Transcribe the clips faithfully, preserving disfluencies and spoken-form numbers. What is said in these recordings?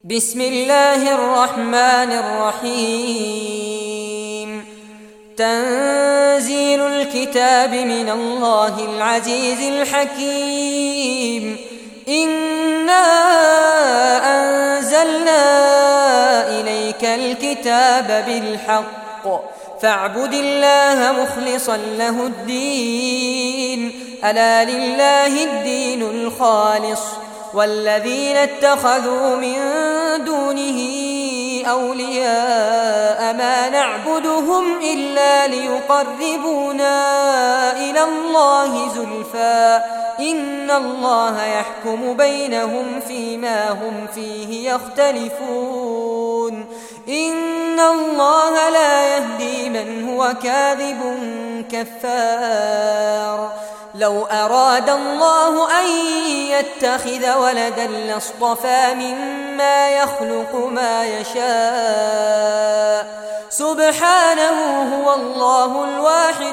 بسم الله الرحمن الرحيم. تنزيل الكتاب من الله العزيز الحكيم. إنا أنزلنا إليك الكتاب بالحق فاعبد الله مخلصا له الدين. ألا لله الدين الخالص والذين اتخذوا من دونه أولياء ما نعبدهم إلا ليقربونا إلى الله زلفى إن الله يحكم بينهم فيما هم فيه يختلفون. إن الله لا يهدي من هو كاذب كفار. لو أراد الله أن يتخذ ولدا لاصطفى مما يخلق ما يشاء سبحانه هو الله الواحد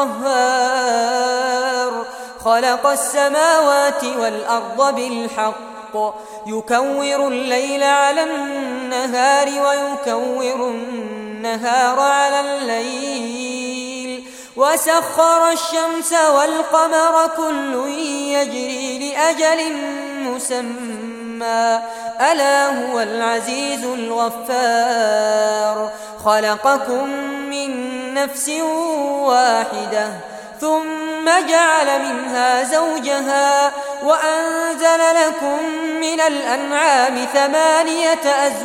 القهار. خلق السماوات والأرض بالحق يكور الليل على النهار ويكور النهار على الليل وسخر الشمس والقمر كل يجري لأجل مسمى ألا هو العزيز الغفار. خلقكم من نفس واحدة ثم جعل منها زوجها وأنزل لكم من الأنعام ثمانية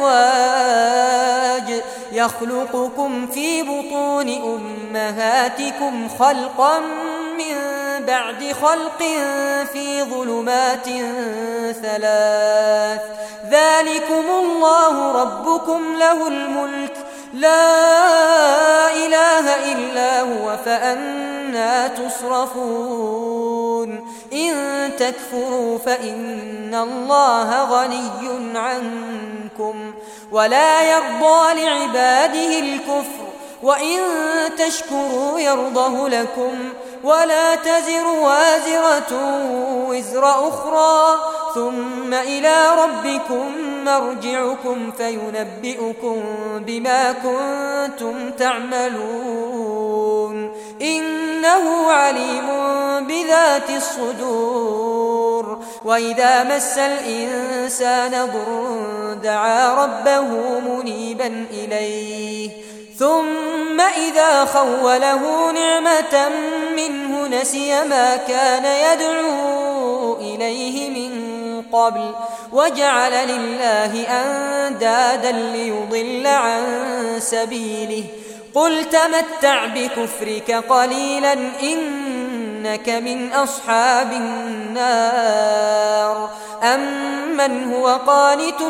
أزواج يخلقكم في بطون أمهاتكم خلقا من بعد خلق في ظلمات ثلاث. ذلكم الله ربكم له الملك لا إله إلا هو فأنى تصرفون. إن تكفروا فإن الله غني عنكم ولا يرضى لعباده الكفر وإن تشكروا يرضه لكم ولا تزر وازرة وزر أخرى ثم إلى ربكم مرجعكم فينبئكم بما كنتم تعملون. إنه عليم بذات الصدور. وإذا مس الإنسان ضر دعا ربه منيبا إليه ثم إذا خوله نعمة منه نسي ما كان يدعو إليه من قبل وجعل لله أندادا ليضل عن سبيله. قل تمتع بكفرك قليلا إنك من أصحاب النار. أمن هو قانت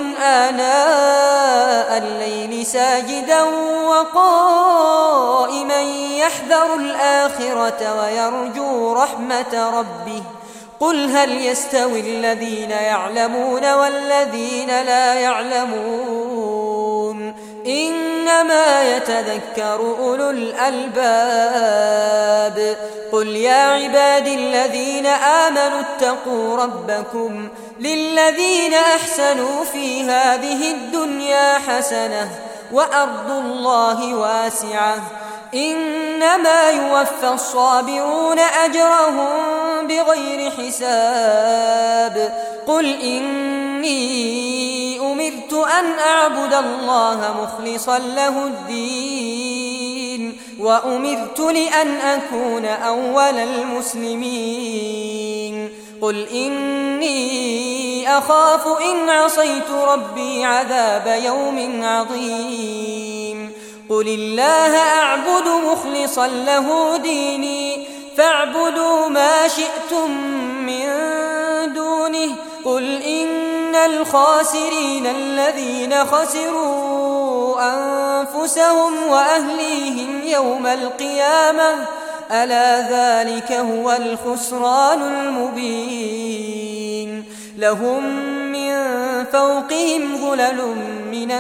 آناء الليل ساجدا وقائما يحذر الآخرة ويرجو رحمة ربه. قل هل يستوي الذين يعلمون والذين لا يعلمون إنما يتذكر أولو الألباب. قل يا عبادي الذين آمنوا اتقوا ربكم للذين أحسنوا في هذه الدنيا حسنة وأرض الله واسعة إنما يوفى الصابرون أجرهم بغير حساب. قل إني أمرت أن أعبد الله مخلصا له الدين وأمرت لأن أكون أول المسلمين. قل إني أخاف إن عصيت ربي عذاب يوم عظيم. قل الله أعبد مخلصا له ديني فاعبدوا ما شئتم من دونه. قل إن الخاسرين الذين خسروا أنفسهم وأهليهم يوم القيامة ألا ذلك هو الخسران المبين. لهم من فوقهم ظلل من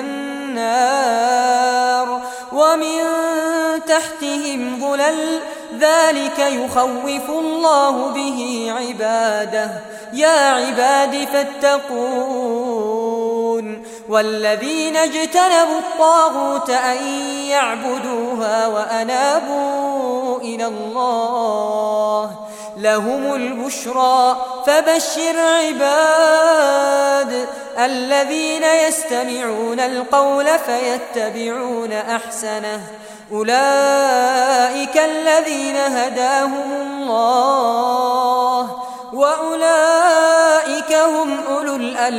النار ومن تحتهم ظلل ذلك يخوف الله به عباده. يا عباد فاتقون والذين اجتنبوا الطاغوت أن يعبدوها وأنابوا إلى الله لهم البشرى فبشر عباد الذين يستمعون القول فيتبعون أحسنه أولئك الذين هداهم الله وأولئك هم أولو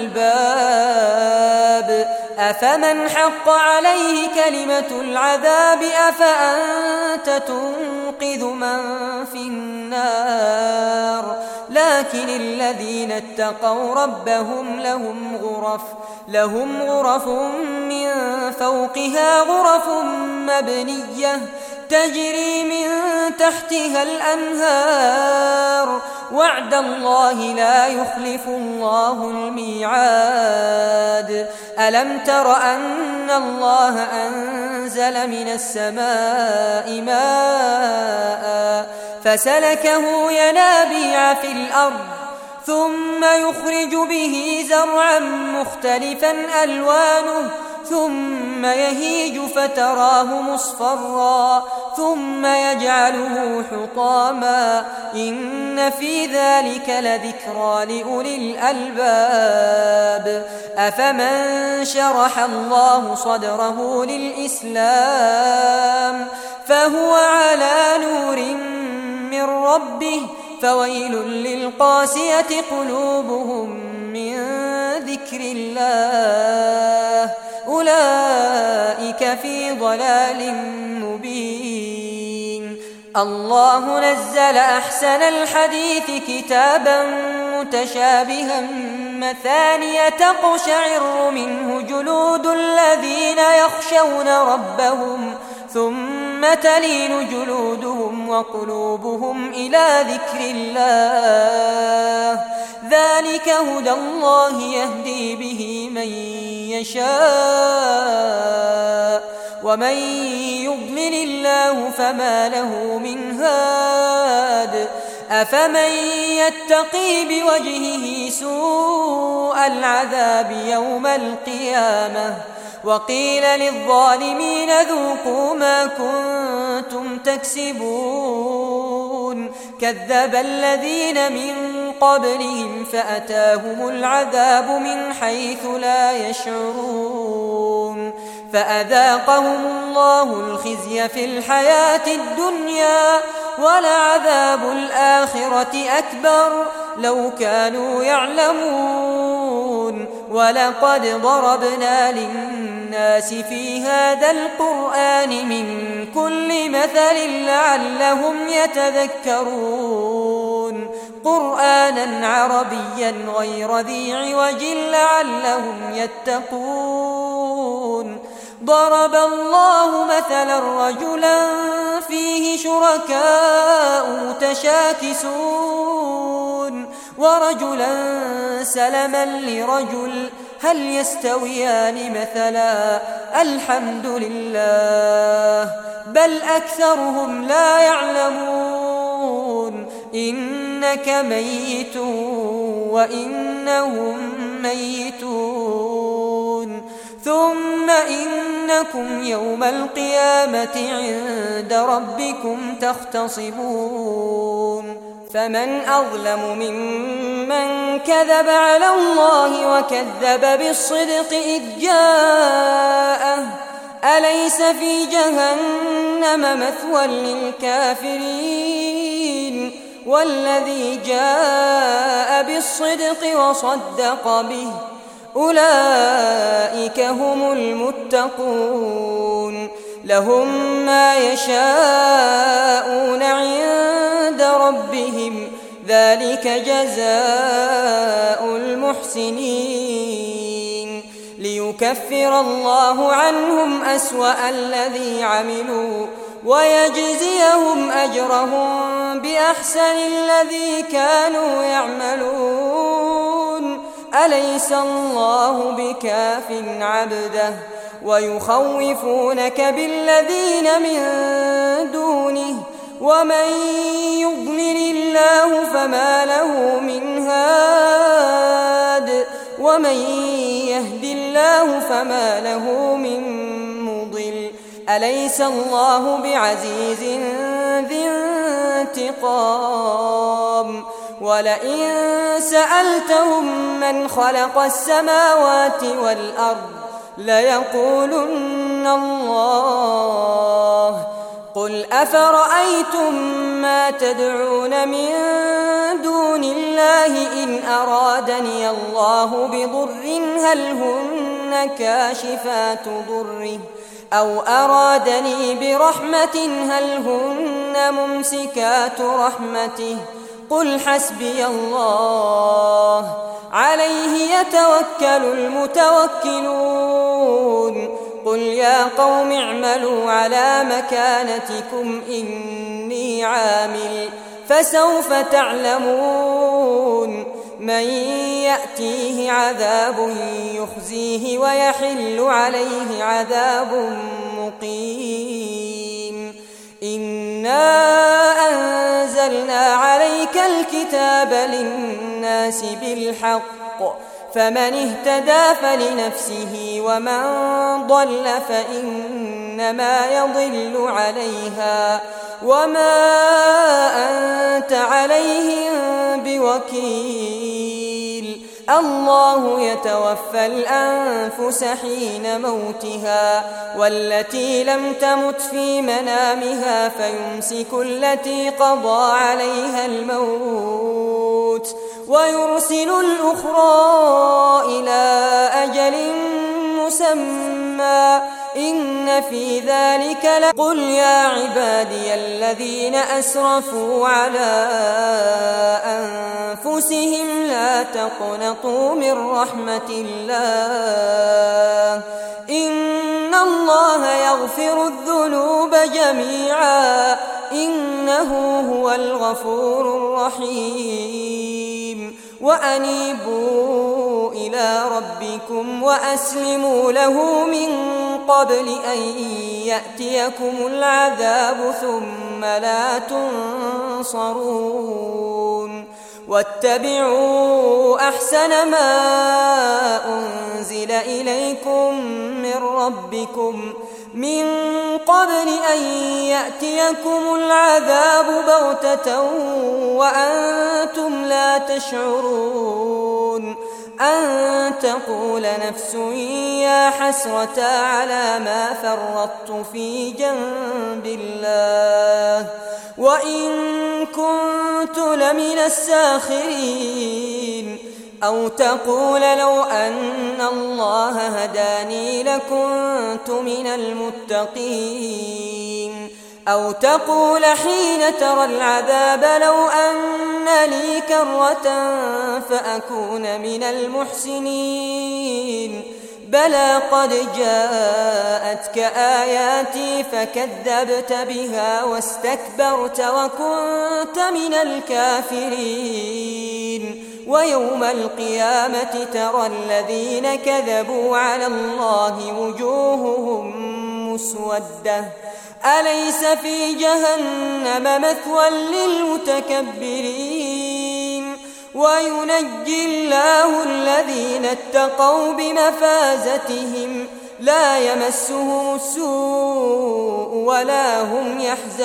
الألباب أفمن حق عليه كلمة العذاب أفأنت تنقذ من في النار لكن الذين اتقوا ربهم لهم غرف لهم غرف من فوقها غرف مبنية تجري من تحتها الأنهار وعد الله لا يخلف الله الميعاد ألم تر أن الله أنزل من السماء ماء فسلكه ينابيع في الأرض ثم يخرج به زرعا مختلفا ألوانه ثم يهيج فتراه مصفرا ثم يجعله حطاما إن في ذلك لذكرى لأولي الألباب أفمن شرح الله صدره للإسلام فهو على نور من ربه فويل للقاسية قلوبهم من ذكر الله أولئك في ضلال مبين الله نزل أحسن الحديث كتابا متشابها مثانية تقشعر منه جلود الذين يخشون ربهم ثم تلين جلودهم وقلوبهم إلى ذكر الله ذلك هدى الله يهدي به من يشاء ومن يضلل الله فما له من هاد أفمن يتقي بوجهه سوء العذاب يوم القيامة وقيل للظالمين ذوقوا ما كنتم تكسبون كذب الذين من قبلهم فأتاهم العذاب من حيث لا يشعرون فأذاقهم الله الخزي في الحياة الدنيا ولعذاب الآخرة أكبر لو كانوا يعلمون ولقد ضربنا للناس في هذا القرآن من كل مثل لعلهم يتذكرون قرآنا عربيا غير ذي عوج لعلهم يتقون ضرب الله مثلا رجلا فيه شركاء متشاكسون ورجلا سلما لرجل هل يستويان مثلا الحمد لله بل أكثرهم لا يعلمون إنك ميت وإنهم ميتون ثم إنكم يوم القيامة عند ربكم تختصمون فمن أظلم ممن كذب على الله وكذب بالصدق إذ جاءه أليس في جهنم مثوى للكافرين والذي جاء بالصدق وصدق به أولئك هم المتقون لهم ما يشاءون عند ربهم ذلك جزاء المحسنين ليكفر الله عنهم أسوأ الذي عملوا ويجزيهم أجرهم بأحسن الذي كانوا يعملون أليس الله بكاف عبده ويخوفونك بالذين من دونه ومن يضلل الله فما له من هاد ومن يهد الله فما له من مضل أليس الله بعزيز ذي انتقام ولئن سألتهم من خلق السماوات والأرض ليقولن الله قل أفرأيتم ما تدعون من دون الله إن أرادني الله بضر هل هن كاشفات ضره أو أرادني برحمة هل هن ممسكات رحمته قل حسبي الله عليه يتوكل المتوكلون قل يا قوم اعملوا على مكانتكم إني عامل فسوف تعلمون من يأتيه عذاب يخزيه ويحل عليه عذاب مقيم إنا أنزلنا عليك الكتاب للناس بالحق فمن اهتدى فلنفسه ومن ضل فإنما يضل عليها وما أنت عليهم بوكيل الله يتوفى الأنفس حين موتها والتي لم تمت في منامها فيمسك التي قضى عليها الموت ويرسل الأخرى إلى أجل مسمى إن في ذلك لقل يا عبادي الذين أسرفوا على أنفسهم لا تقنطوا من رحمة الله إن الله يغفر الذنوب جميعا إنه هو الغفور الرحيم وأنيبوا إلى ربكم وأسلموا له من قبل أن يأتيكم العذاب ثم لا تنصرون واتبعوا أحسن ما أنزل إليكم من ربكم من قبل أن يأتيكم العذاب بغتة وأنتم لا تشعرون أن تقول نفس يا حسرة على ما فرطت في جنب الله وإن كنت لمن الساخرين أو تقول لو أن الله هداني لكنت من المتقين أو تقول حين ترى العذاب لو أن لي كرة فأكون من المحسنين بلى قد جاءتك آياتي فكذبت بها واستكبرت وكنت من الكافرين ويوم القيامة ترى الذين كذبوا على الله وجوههم مسودة أليس في جهنم مثوى للمتكبرين وينجي الله الذين اتقوا بمفازتهم لا يمسهم السوء ولا هم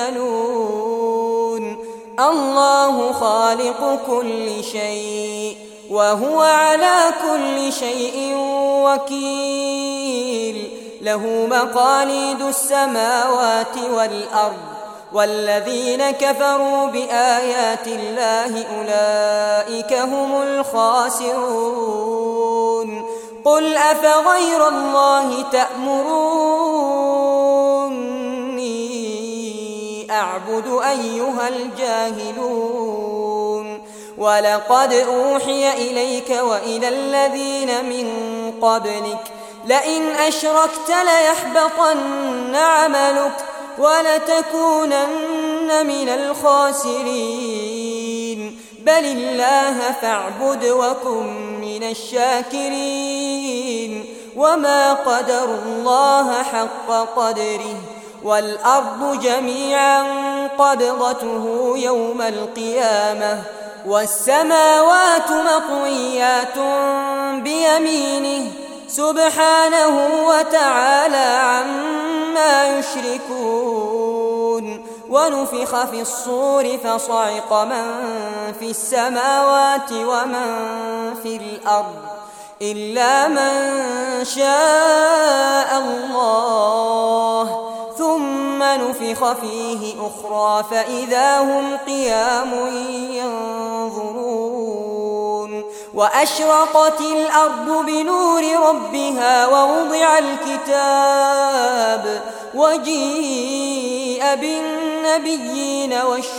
يحزنون الله خالق كل شيء وهو على كل شيء وكيل له مقاليد السماوات والأرض والذين كفروا بآيات الله أولئك هم الخاسرون قل أفغير الله تأمروني أعبد أيها الجاهلون ولقد أوحي إليك وإلى الذين من قبلك لئن أشركت ليحبطن عملك ولتكونن من الخاسرين بل الله فاعبد وكن من الشاكرين وما قدروا الله حق قدره والأرض جميعا قبضته يوم القيامة والسماوات مطويات بيمينه سبحانه وتعالى عما يشركون. ونفخ في الصور فصعق من في السماوات ومن في الأرض إلا من شاء الله، ثم نفخ فيه أخرى فإذا هم قيام ينظرون. وأشرقت الأرض بنور ربها ووضع الكتاب وجيء بالنبيين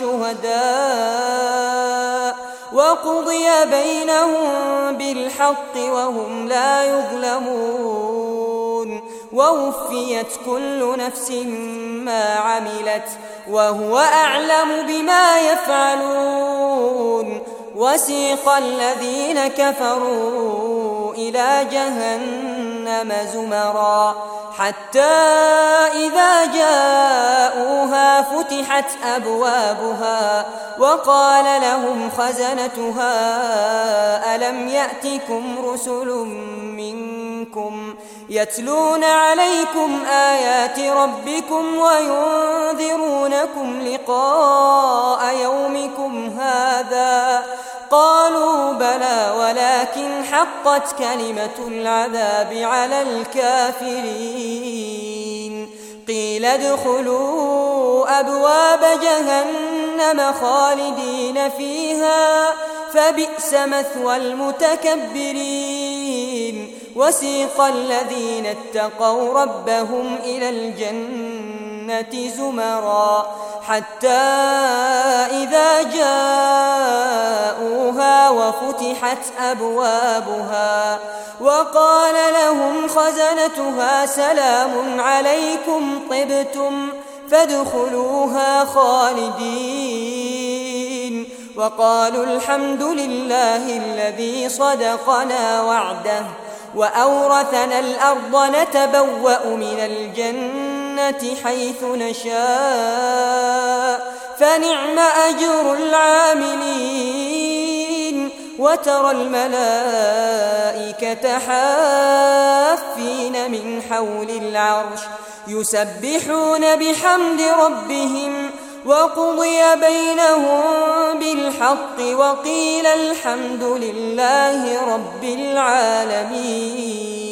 والشهداء وقضي بينهم بالحق وهم لا يظلمون. ووفيت كل نفس ما عملت وهو أعلم بما يفعلون. وسيق الذين كفروا إلى جهنم زمرا حتى إذا جاءوها فتحت أبوابها وقال لهم خزنتها ألم يأتكم رسل منكم يتلون عليكم آيات ربكم وينذرونكم لقاء يومكم هذا؟ قالوا بلى ولكن حقت كلمة العذاب على الكافرين. قيل ادخلوا أبواب جهنم خالدين فيها فبئس مثوى المتكبرين. وسيق الذين اتقوا ربهم إلى الجنة زمرا حتى إذا جاءوها وفتحت أبوابها وقال لهم خزنتها سلام عليكم طبتم فادخلوها خالدين. وقالوا الحمد لله الذي صدقنا وعده وأورثنا الأرض نتبوأ من الجنة حيث نشاء فنعم أجر العاملين. وترى الملائكة حافين من حول العرش يسبحون بحمد ربهم وقضي بينهم بالحق وقيل الحمد لله رب العالمين.